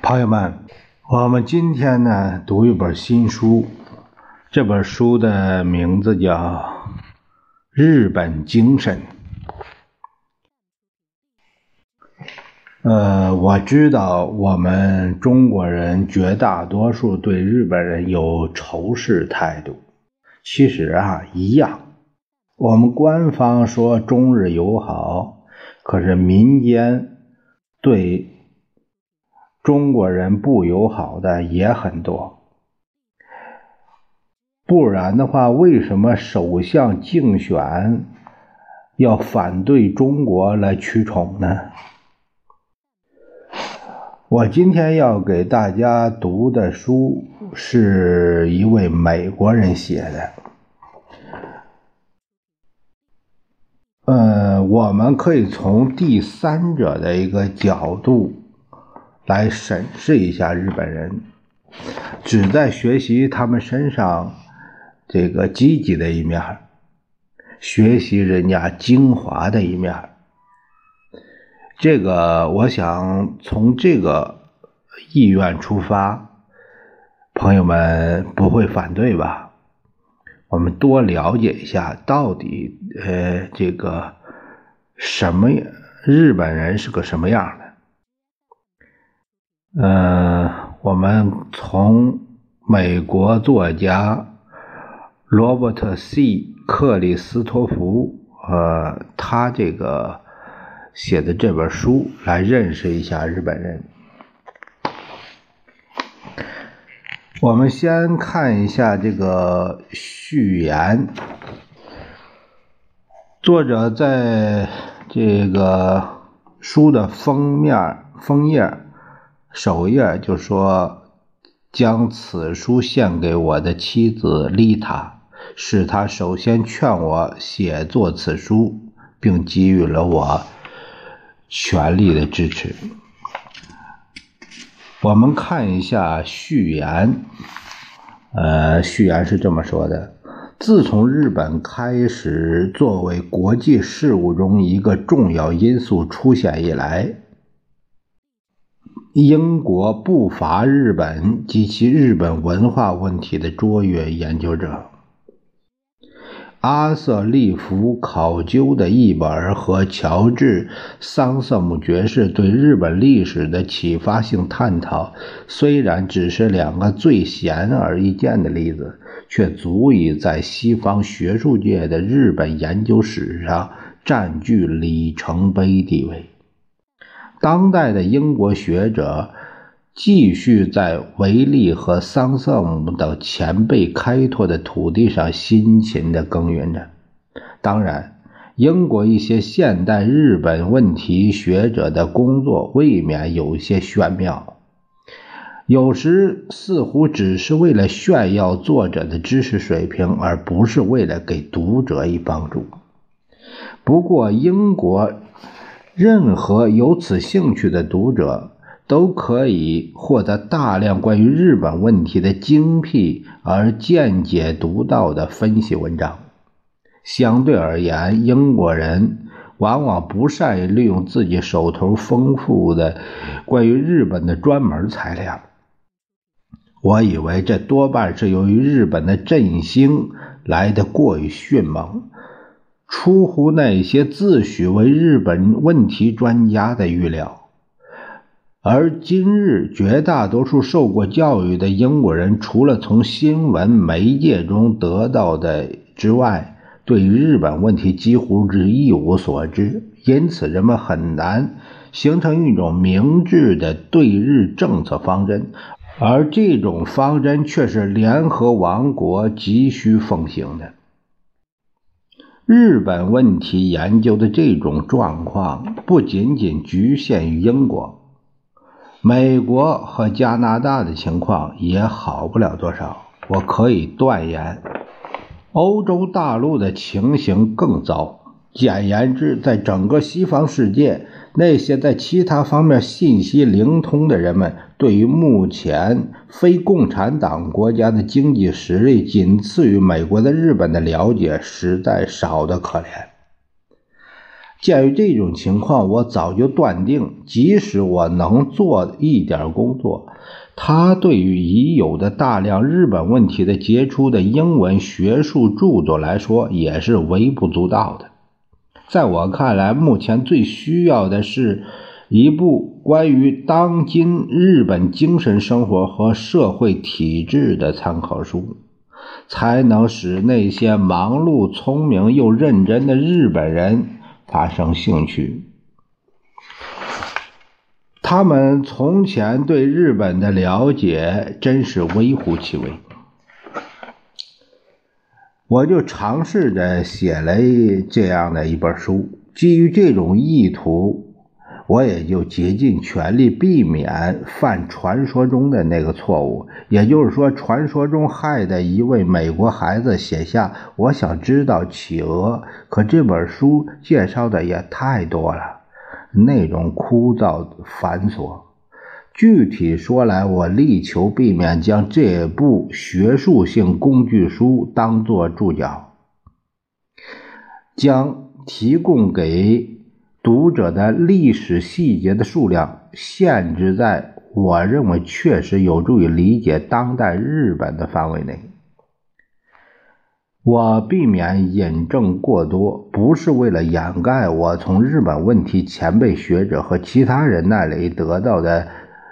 朋友们，我们今天呢读一本新书，这本书的名字叫《日本精神》。我知道我们中国人绝大多数对日本人有仇视态度，其实一样。我们官方说中日友好，可是民间对中国人不友好的也很多。不然的话，为什么首相竞选要反对中国来取宠呢？我今天要给大家读的书是一位美国人写的。我们可以从第三者的一个角度来审视一下日本人，只在学习他们身上这个积极的一面，学习人家精华的一面。这个我想从这个意愿出发，朋友们不会反对吧？我们多了解一下到底这个什么日本人是个什么样的。我们从美国作家罗伯特 C 克里斯托弗他这个写的这本书来认识一下日本人。我们先看一下这个序言。作者在这个书的枫页首页就说，将此书献给我的妻子丽塔，是她首先劝我写作此书，并给予了我全力的支持。我们看一下序言。序言是这么说的：自从日本开始作为国际事务中一个重要因素出现以来，英国不乏日本及其日本文化问题的卓越研究者。阿瑟利弗考究的译本和乔治桑瑟姆爵士对日本历史的启发性探讨，虽然只是两个最显而易见的例子，却足以在西方学术界的日本研究史上占据里程碑地位。当代的英国学者继续在维利和桑瑟姆等前辈开拓的土地上辛勤地耕耘着。当然，英国一些现代日本问题学者的工作未免有些玄妙，有时似乎只是为了炫耀作者的知识水平，而不是为了给读者以帮助。不过，英国任何有此兴趣的读者都可以获得大量关于日本问题的精辟而见解独到的分析文章。相对而言，英国人往往不善于利用自己手头丰富的关于日本的专门材料。我以为这多半是由于日本的振兴来得过于迅猛，出乎那些自诩为日本问题专家的预料。而今日绝大多数受过教育的英国人，除了从新闻媒介中得到的之外，对日本问题几乎是一无所知，因此人们很难形成一种明智的对日政策方针，而这种方针却是联合王国急需奉行的。日本问题研究的这种状况不仅仅局限于英国，美国和加拿大的情况也好不了多少。我可以断言，欧洲大陆的情形更糟。简言之，在整个西方世界，那些在其他方面信息灵通的人们，对于目前非共产党国家的经济实力仅次于美国的日本的了解，实在少得可怜。 鉴于这种情况，我早就断定，即使我能做一点工作，他对于已有的大量日本问题的杰出的英文学术著作来说，也是微不足道的。在我看来，目前最需要的是一部关于当今日本精神生活和社会体制的参考书，才能使那些忙碌、聪明又认真的日本人发生兴趣。他们从前对日本的了解真是微乎其微。我就尝试着写了这样的一本书，基于这种意图，我也就竭尽全力避免犯传说中的那个错误，也就是说，传说中害的一位美国孩子写下我想知道企鹅，可这本书介绍的也太多了，内容枯燥繁琐。具体说来，我力求避免将这部学术性工具书当作注脚，将提供给读者的历史细节的数量限制在我认为确实有助于理解当代日本的范围内。我避免引证过多，不是为了掩盖我从日本问题前辈学者和其他人那里得到的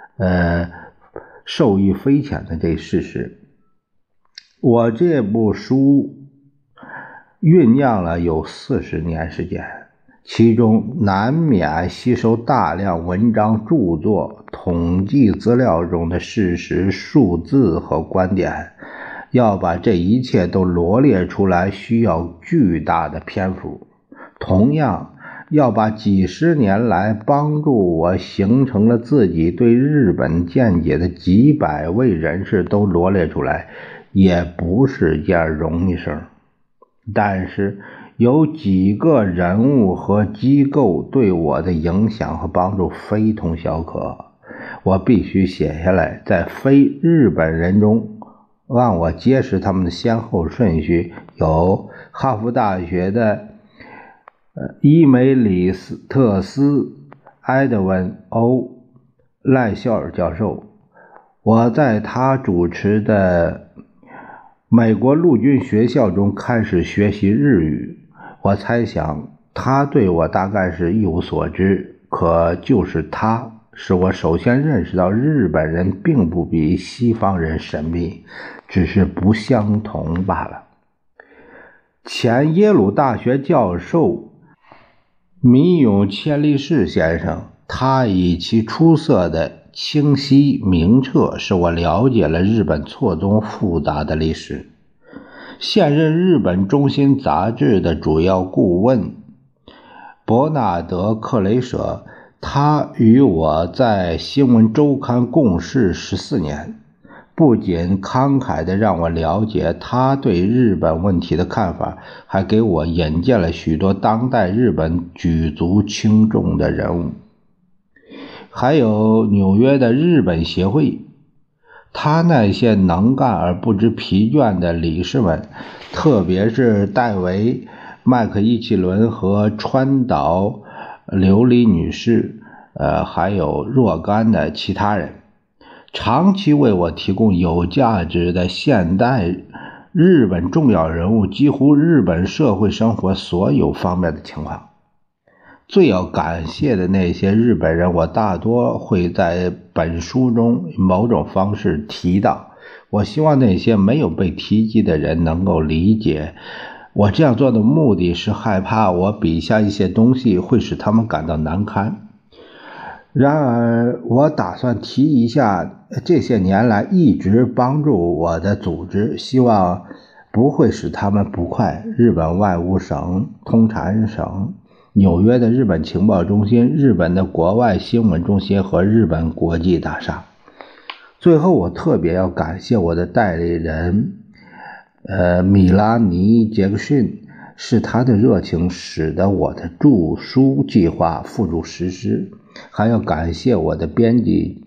受益匪浅的这事实。我这部书酝酿了有40年时间，其中难免吸收大量文章著作、统计资料中的事实、数字和观点。要把这一切都罗列出来，需要巨大的篇幅。同样，要把几十年来帮助我形成了自己对日本见解的几百位人士都罗列出来，也不是件容易事。但是有几个人物和机构对我的影响和帮助非同小可，我必须写下来。在非日本人中，让我揭示他们的先后顺序，有哈佛大学的伊梅里特斯埃德温 ·O 赖肖尔教授。我在他主持的美国陆军学校中开始学习日语，我猜想他对我大概是一无所知，可就是他使我首先认识到日本人并不比西方人神秘，只是不相同罢了。前耶鲁大学教授米永千利士先生，他以其出色的清晰明澈使我了解了日本错综复杂的历史。现任日本中心杂志的主要顾问伯纳德·克雷舍，他与我在新闻周刊共事14年，不仅慷慨地让我了解他对日本问题的看法，还给我引荐了许多当代日本举足轻重的人物。还有纽约的日本协会，他那些能干而不知疲倦的理事们，特别是戴维·麦克伊奇伦和川岛琉璃女士，还有若干的其他人，长期为我提供有价值的现代日本重要人物几乎日本社会生活所有方面的情况。最要感谢的那些日本人，我大多会在本书中以某种方式提到。我希望那些没有被提及的人能够理解，我这样做的目的是害怕我笔下一些东西会使他们感到难堪。然而，我打算提一下这些年来一直帮助我的组织，希望不会使他们不快：日本外务省、通产省、纽约的日本情报中心、日本的国外新闻中心和日本国际大厦。最后，我特别要感谢我的代理人米拉尼·杰克逊，是他的热情使得我的著书计划付诸实施。还要感谢我的编辑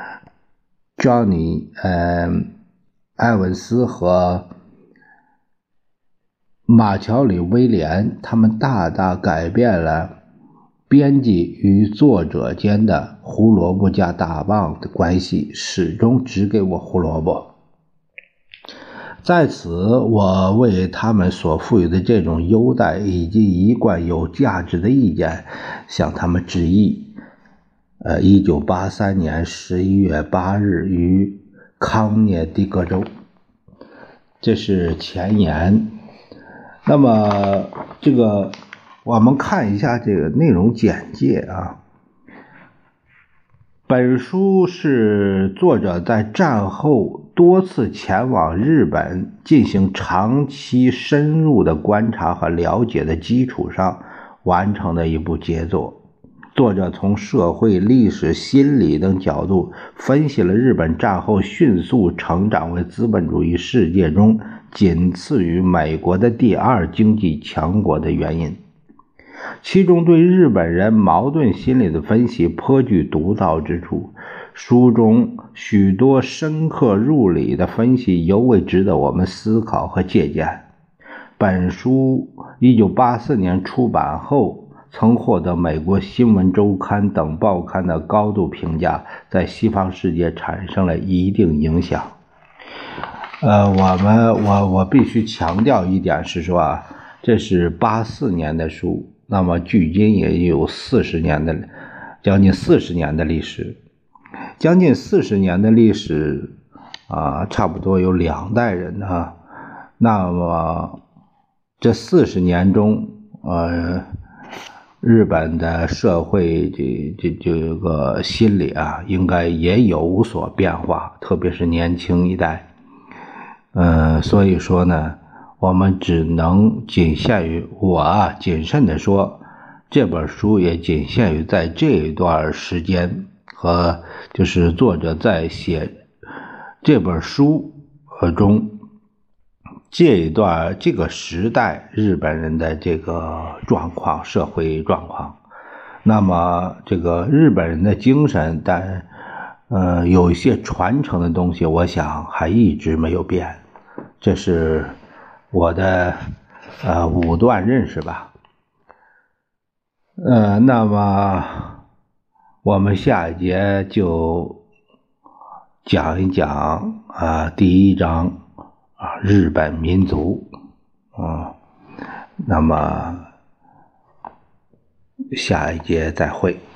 Johnny 埃文斯和马乔里威廉，他们大大改变了编辑与作者间的胡萝卜加大棒的关系，始终只给我胡萝卜。在此，我为他们所赋予的这种优待以及一贯有价值的意见向他们致意。1983年11月8日于康涅狄格州。这是前言。那么这个我们看一下这个内容简介啊。本书是作者在战后多次前往日本进行长期深入的观察和了解的基础上完成的一部杰作。作者从社会、历史、心理等角度分析了日本战后迅速成长为资本主义世界中仅次于美国的第二经济强国的原因。其中对日本人矛盾心理的分析颇具独到之处，书中许多深刻入理的分析尤为值得我们思考和借鉴。本书1984年出版后曾获得美国新闻周刊等报刊的高度评价，在西方世界产生了一定影响。我必须强调一点是说啊，这是84年的书，那么距今也有将近40年的历史，将近40年的历史啊，差不多有2代人啊。那么这40年中，日本的社会这个心理啊，应该也有所变化，特别是年轻一代。所以说呢，我们只能仅限于谨慎的说，这本书也仅限于在这一段时间和就是作者在写这本书中这个时代日本人的这个状况，社会状况。那么这个日本人的精神，但有一些传承的东西，我想还一直没有变。这是我的武断认识吧。那么我们下一节就讲一讲第一章日本民族那么下一节再会。